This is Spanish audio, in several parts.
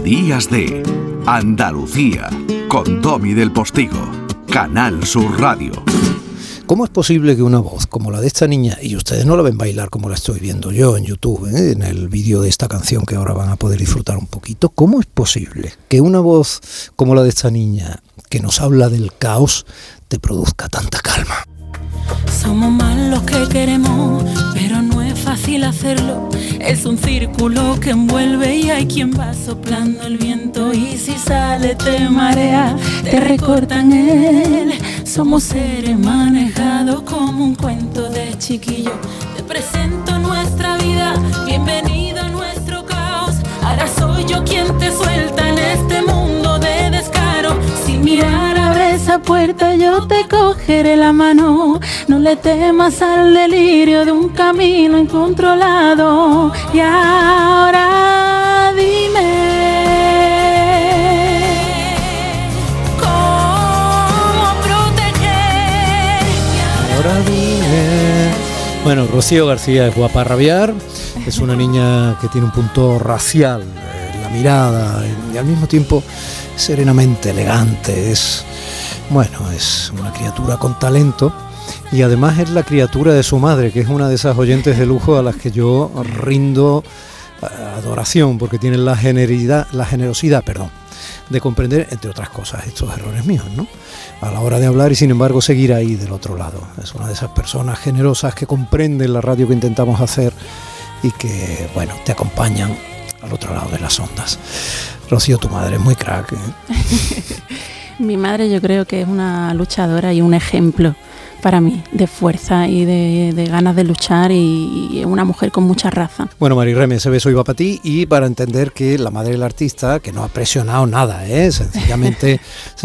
Días de Andalucía con Domi del Postigo, Canal Sur Radio. ¿Cómo es posible que una voz como la de esta niña, y ustedes no la ven bailar como la estoy viendo yo en YouTube, en el vídeo de esta canción que ahora van a poder disfrutar un poquito, cómo es posible que una voz como la de esta niña, que nos habla del caos, te produzca tanta calma? Somos más los que queremos, pero no es fácil hacerlo. Es un círculo que envuelve y hay quien va soplando el viento. Y si sale te marea, te recortan él. Somos seres manejados como un cuento de chiquillo. Te presento nuestra vida, bienvenido a nuestro caos. Ahora soy yo quien te suelta en este mundo de descaro. Sin mirar abre esa puerta, yo te cogeré la mano. No le temas al delirio de un camino incontrolado. Y ahora dime cómo proteger. Ahora dime. Bueno, Rocío García es guapa a rabiar, es una niña que tiene un punto racial en la mirada y al mismo tiempo serenamente elegante. Es una criatura con talento. Y además es la criatura de su madre, que es una de esas oyentes de lujo a las que yo rindo adoración, porque tienen la generosidad de comprender, entre otras cosas, estos errores míos, ¿no? A la hora de hablar y sin embargo seguir ahí del otro lado. Es una de esas personas generosas que comprenden la radio que intentamos hacer y que, te acompañan al otro lado de las ondas. Rocío, tu madre es muy crack, ¿eh? Mi madre yo creo que es una luchadora y un ejemplo para mí, de fuerza y de ganas de luchar, y una mujer con mucha raza. Bueno, Mari Reme, ese beso iba para ti y para entender que la madre del artista, que no ha presionado nada, sencillamente,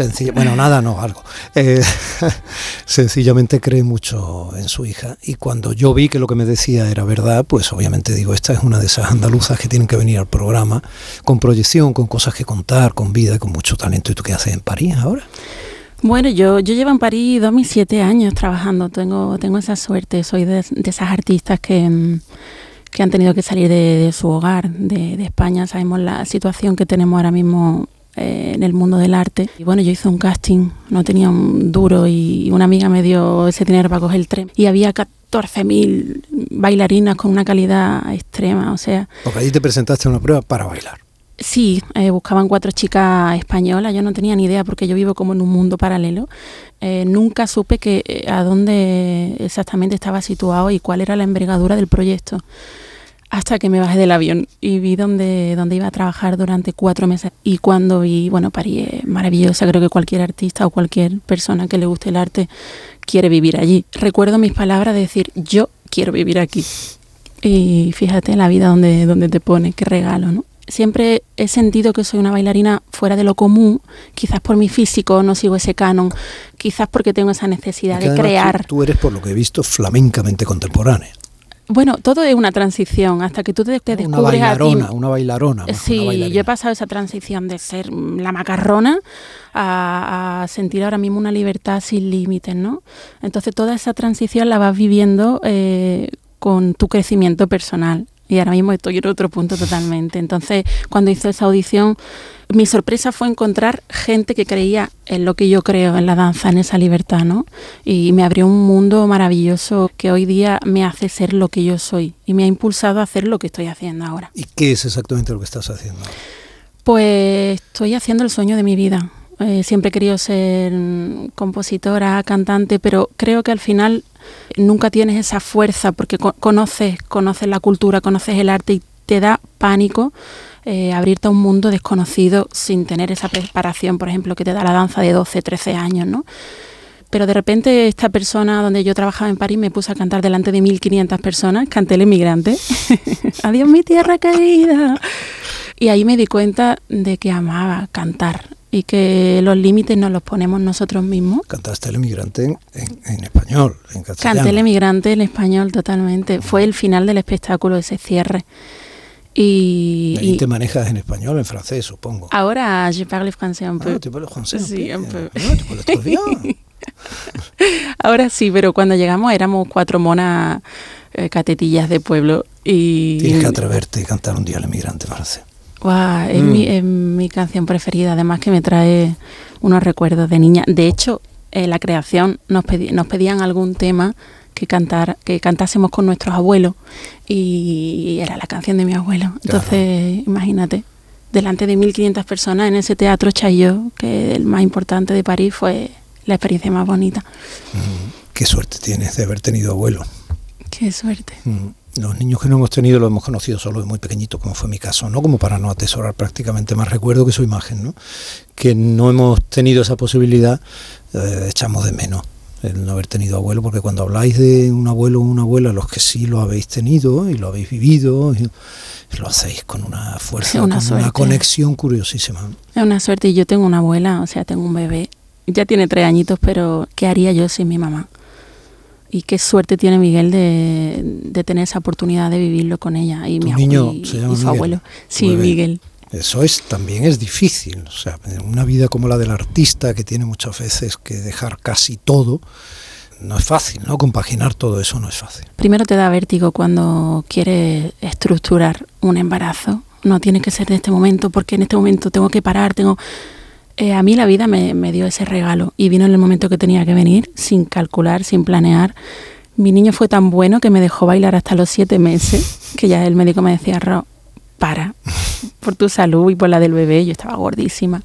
sencillamente cree mucho en su hija. Y cuando yo vi que lo que me decía era verdad, pues obviamente digo, esta es una de esas andaluzas que tienen que venir al programa con proyección, con cosas que contar, con vida, con mucho talento. ¿Y tú qué haces en París ahora? Bueno, yo llevo en París 2007 años trabajando, tengo esa suerte, soy de esas artistas que han tenido que salir de su hogar, de España. Sabemos la situación que tenemos ahora mismo en el mundo del arte. Y bueno, yo hice un casting, no tenía un duro y una amiga me dio ese dinero para coger el tren. Y había 14.000 bailarinas con una calidad extrema, o sea... Porque allí te presentaste a una prueba para bailar. Sí, buscaban 4 chicas españolas, yo no tenía ni idea porque yo vivo como en un mundo paralelo. Nunca supe a dónde exactamente estaba situado y cuál era la envergadura del proyecto, hasta que me bajé del avión y vi dónde iba a trabajar durante 4 meses. Y cuando vi, París es maravillosa, creo que cualquier artista o cualquier persona que le guste el arte quiere vivir allí. Recuerdo mis palabras de decir, yo quiero vivir aquí. Y fíjate la vida donde te pone, qué regalo, ¿no? Siempre he sentido que soy una bailarina fuera de lo común, quizás por mi físico no sigo ese canon, quizás porque tengo esa necesidad de crear. Tú eres, por lo que he visto, flamencamente contemporánea. Bueno, todo es una transición, hasta que tú te descubres una bailarona. Sí, yo he pasado esa transición de ser la macarrona a sentir ahora mismo una libertad sin límites, ¿no? Entonces toda esa transición la vas viviendo con tu crecimiento personal. Y ahora mismo estoy en otro punto totalmente. Entonces, cuando hice esa audición, mi sorpresa fue encontrar gente que creía en lo que yo creo, en la danza, en esa libertad, ¿no? Y me abrió un mundo maravilloso que hoy día me hace ser lo que yo soy y me ha impulsado a hacer lo que estoy haciendo ahora. ¿Y qué es exactamente lo que estás haciendo? Pues estoy haciendo el sueño de mi vida. Siempre he querido ser compositora, cantante, pero creo que al final nunca tienes esa fuerza porque conoces la cultura, conoces el arte y te da pánico abrirte a un mundo desconocido sin tener esa preparación, por ejemplo, que te da la danza de 12, 13 años, ¿no? Pero de repente esta persona donde yo trabajaba en París me puse a cantar delante de 1.500 personas, canté El Emigrante, adiós mi tierra querida, y ahí me di cuenta de que amaba cantar y que los límites nos los ponemos nosotros mismos. Cantaste El Emigrante en español, en castellano. Canté El Emigrante en español totalmente, fue el final del espectáculo, ese cierre. Y te manejas en español, en francés, supongo. Ahora je parle français un peu. ¿Tu parles français? Sí, un peu. Ah, tu parles très bien. Ahora sí, pero cuando llegamos éramos 4 monas catetillas de pueblo y... Tienes que atreverte a cantar un día El Emigrante francés. Wow, es mi canción preferida, además que me trae unos recuerdos de niña. De hecho, la creación nos pedían algún tema que cantásemos con nuestros abuelos y era la canción de mi abuelo. Entonces, imagínate, delante de 1.500 personas en ese teatro Chaillot, que es el más importante de París, fue la experiencia más bonita. Qué suerte tienes de haber tenido abuelo. Qué suerte. Los niños que no hemos tenido lo hemos conocido solo de muy pequeñito, como fue mi caso, ¿no? Como para no atesorar prácticamente más recuerdo que su imagen, ¿no? Que no hemos tenido esa posibilidad, echamos de menos el no haber tenido abuelo, porque cuando habláis de un abuelo o una abuela, los que sí lo habéis tenido y lo habéis vivido, lo hacéis con una fuerza, con una conexión curiosísima. Es una suerte, y yo tengo una abuela, o sea, tengo un bebé, ya tiene 3 añitos, pero ¿qué haría yo sin mi mamá? Y qué suerte tiene Miguel de tener esa oportunidad de vivirlo con ella y mi niño y se llama su Miguel. abuelo. Sí, Miguel. Eso también es difícil, o sea, una vida como la del artista, que tiene muchas veces que dejar casi todo, no es fácil, ¿no? Compaginar todo eso no es fácil. Primero te da vértigo cuando quieres estructurar un embarazo. No tiene que ser en este momento, porque en este momento tengo que parar, a mí la vida me dio ese regalo y vino en el momento que tenía que venir, sin calcular, sin planear. Mi niño fue tan bueno que me dejó bailar hasta los 7 meses, que ya el médico me decía, Ro, para, por tu salud y por la del bebé. Yo estaba gordísima.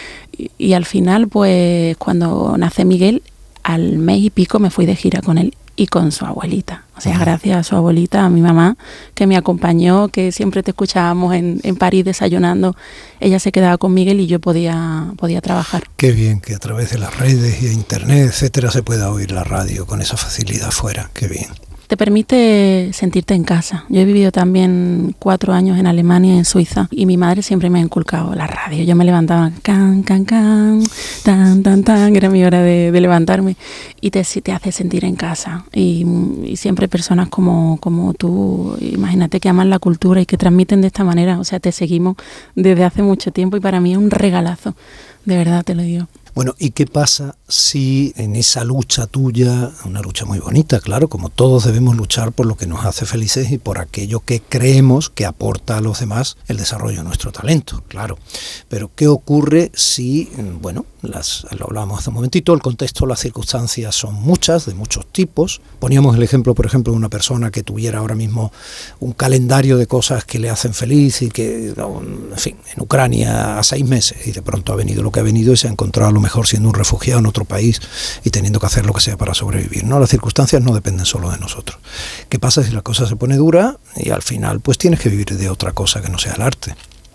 Y al final, pues, cuando nace Miguel, al mes y pico me fui de gira con él y con su abuelita. O sea, gracias a su abuelita, a mi mamá, que me acompañó, que siempre te escuchábamos en París desayunando. Ella se quedaba con Miguel y yo podía trabajar. Qué bien que a través de las redes y de internet, etcétera, se pueda oír la radio con esa facilidad fuera. Qué bien. Te permite sentirte en casa. Yo he vivido también 4 años en Alemania y en Suiza, y mi madre siempre me ha inculcado la radio. Yo me levantaba, can, can, can, tan, tan, tan, era mi hora de levantarme, y te hace sentir en casa. Y siempre personas como tú, imagínate, que aman la cultura y que transmiten de esta manera. O sea, te seguimos desde hace mucho tiempo y para mí es un regalazo, de verdad te lo digo. Bueno, ¿y qué pasa si en esa lucha tuya, una lucha muy bonita, claro, como todos debemos luchar por lo que nos hace felices y por aquello que creemos que aporta a los demás el desarrollo de nuestro talento, claro, pero qué ocurre si, bueno, lo hablábamos hace un momentito, el contexto, las circunstancias son muchas, de muchos tipos? Poníamos el ejemplo, por ejemplo, de una persona que tuviera ahora mismo un calendario de cosas que le hacen feliz y que, en fin, en Ucrania a 6 meses, y de pronto ha venido lo que ha venido y se ha encontrado a lo mejor siendo un refugiado en otro país y teniendo que hacer lo que sea para sobrevivir, ¿no? Las circunstancias no dependen solo de nosotros. ¿Qué pasa si la cosa se pone dura y al final pues tienes que vivir de otra cosa que no sea el arte?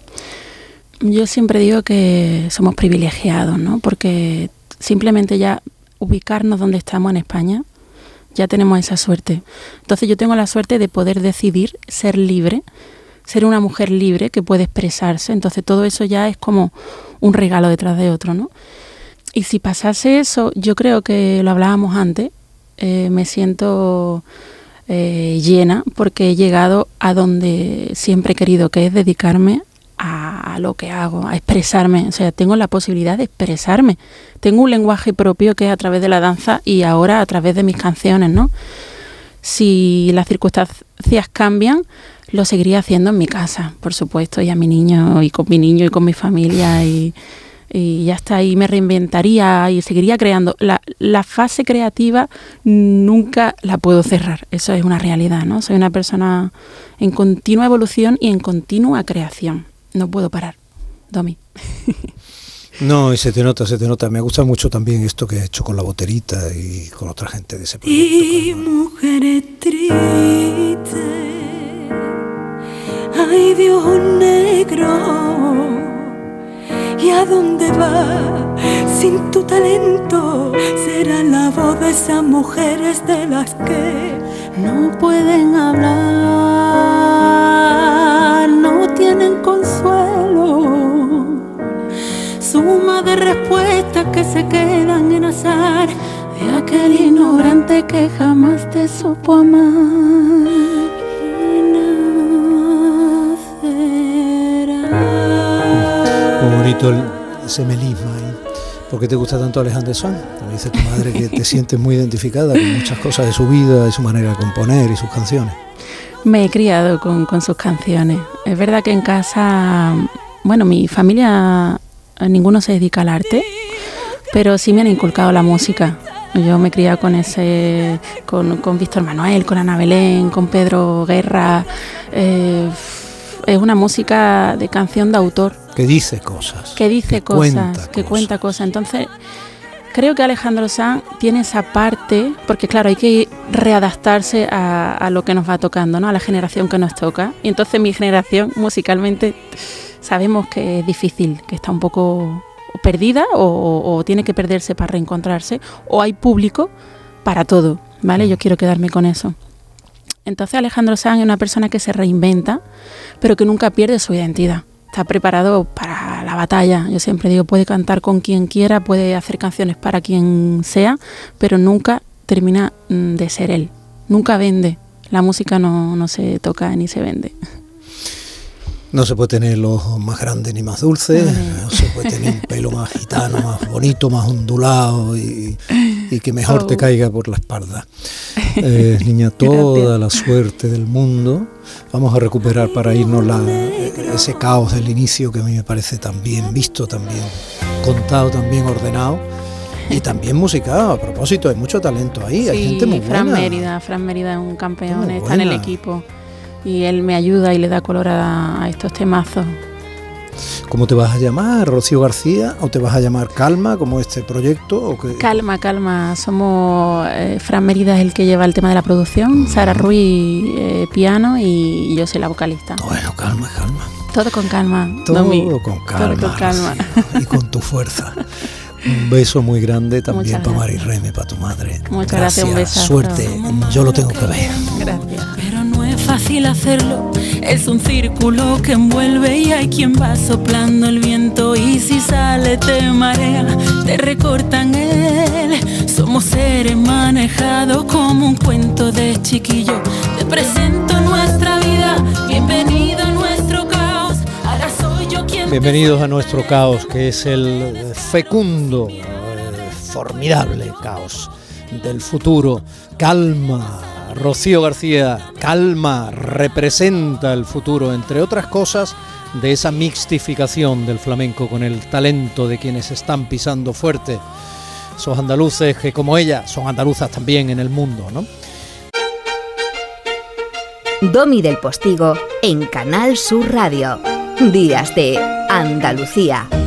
Yo siempre digo que somos privilegiados, ¿no? Porque simplemente ya ubicarnos donde estamos en España, ya tenemos esa suerte. Entonces yo tengo la suerte de poder decidir ser libre, ser una mujer libre que puede expresarse. Entonces todo eso ya es como un regalo detrás de otro, ¿no? Y si pasase eso, yo creo que lo hablábamos antes, me siento llena, porque he llegado a donde siempre he querido, que es dedicarme a lo que hago, a expresarme. O sea, tengo la posibilidad de expresarme. Tengo un lenguaje propio que es a través de la danza y ahora a través de mis canciones, ¿no? Si las circunstancias cambian, lo seguiría haciendo en mi casa, por supuesto, y a mi niño y con mi familia y ya está, y me reinventaría y seguiría creando. La fase creativa nunca la puedo cerrar, eso es una realidad, ¿no? Soy una persona en continua evolución y en continua creación. No puedo parar, Domi. No, y se te nota. Me gusta mucho también esto que he hecho con la boterita y con otra gente de ese proyecto. Y mujeres tristes, ay Dios negro, ¿y a dónde va sin tu talento? Será la voz de esas mujeres de las que no pueden hablar, no tienen consuelo, suma de respuestas que se quedan en azar de aquel ignorante que jamás te supo amar. Muy bonito ese melisma ahí. ¿Por qué te gusta tanto Alejandre Sanz? Me dice tu madre que te sientes muy identificada con muchas cosas de su vida, de su manera de componer y sus canciones. Me he criado con sus canciones. Es verdad que en casa bueno, mi familia, ninguno se dedica al arte, pero sí me han inculcado la música. Yo me he criado con Víctor Manuel, con Ana Belén, con Pedro Guerra. Es una música de canción de autor. Que dice cosas. Que cuenta cosas. Entonces, creo que Alejandro Sanz tiene esa parte, porque claro, hay que readaptarse a lo que nos va tocando, ¿no? A la generación que nos toca. Y entonces mi generación, musicalmente, sabemos que es difícil, que está un poco perdida o tiene que perderse para reencontrarse, o hay público para todo, ¿vale? Yo quiero quedarme con eso. Entonces Alejandro Sanz es una persona que se reinventa, pero que nunca pierde su identidad. Está preparado para la batalla. Yo siempre digo, puede cantar con quien quiera, puede hacer canciones para quien sea, pero nunca termina de ser él. Nunca vende. La música no se toca ni se vende. No se puede tener los ojos más grandes ni más dulces, no se puede tener un pelo más gitano, más bonito, más ondulado y que mejor te caiga por la espalda. Niña, toda la suerte del mundo. Vamos a recuperar para irnos ese caos del inicio que a mí me parece tan bien visto, tan bien contado, tan bien ordenado y también musicado. A propósito, hay mucho talento ahí, hay gente muy buena. Fran Mérida es un campeón, está en el equipo. Y él me ayuda y le da color a estos temazos. ¿Cómo te vas a llamar? ¿Rocío García? ¿O te vas a llamar Calma, como este proyecto? ¿O qué? Calma. Somos... Fran Mérida es el que lleva el tema de la producción, Sara Ruiz piano y yo soy la vocalista. Bueno, calma. Todo con calma. Todo con calma. Y con tu fuerza. Un beso muy grande también para Mari Reme, para tu madre. Muchas gracias, un besazo. Suerte, yo lo tengo que ver. Gracias. Pero no es fácil hacerlo, es un círculo que envuelve y hay quien va soplando el viento y si sale te marea, te recortan él. Somos seres manejados como un cuento de chiquillo. Te presento nuestra vida, bienvenido a nuestro caos. Ahora soy yo quien... Bienvenidos a nuestro caos, que es el fecundo, formidable caos del futuro. Calma, Rocío García, Calma representa el futuro, entre otras cosas, de esa mixtificación del flamenco con el talento de quienes están pisando fuerte. Esos andaluces que, como ella, son andaluzas también en el mundo, ¿no? Domi del Postigo en Canal Sur Radio. Días de Andalucía.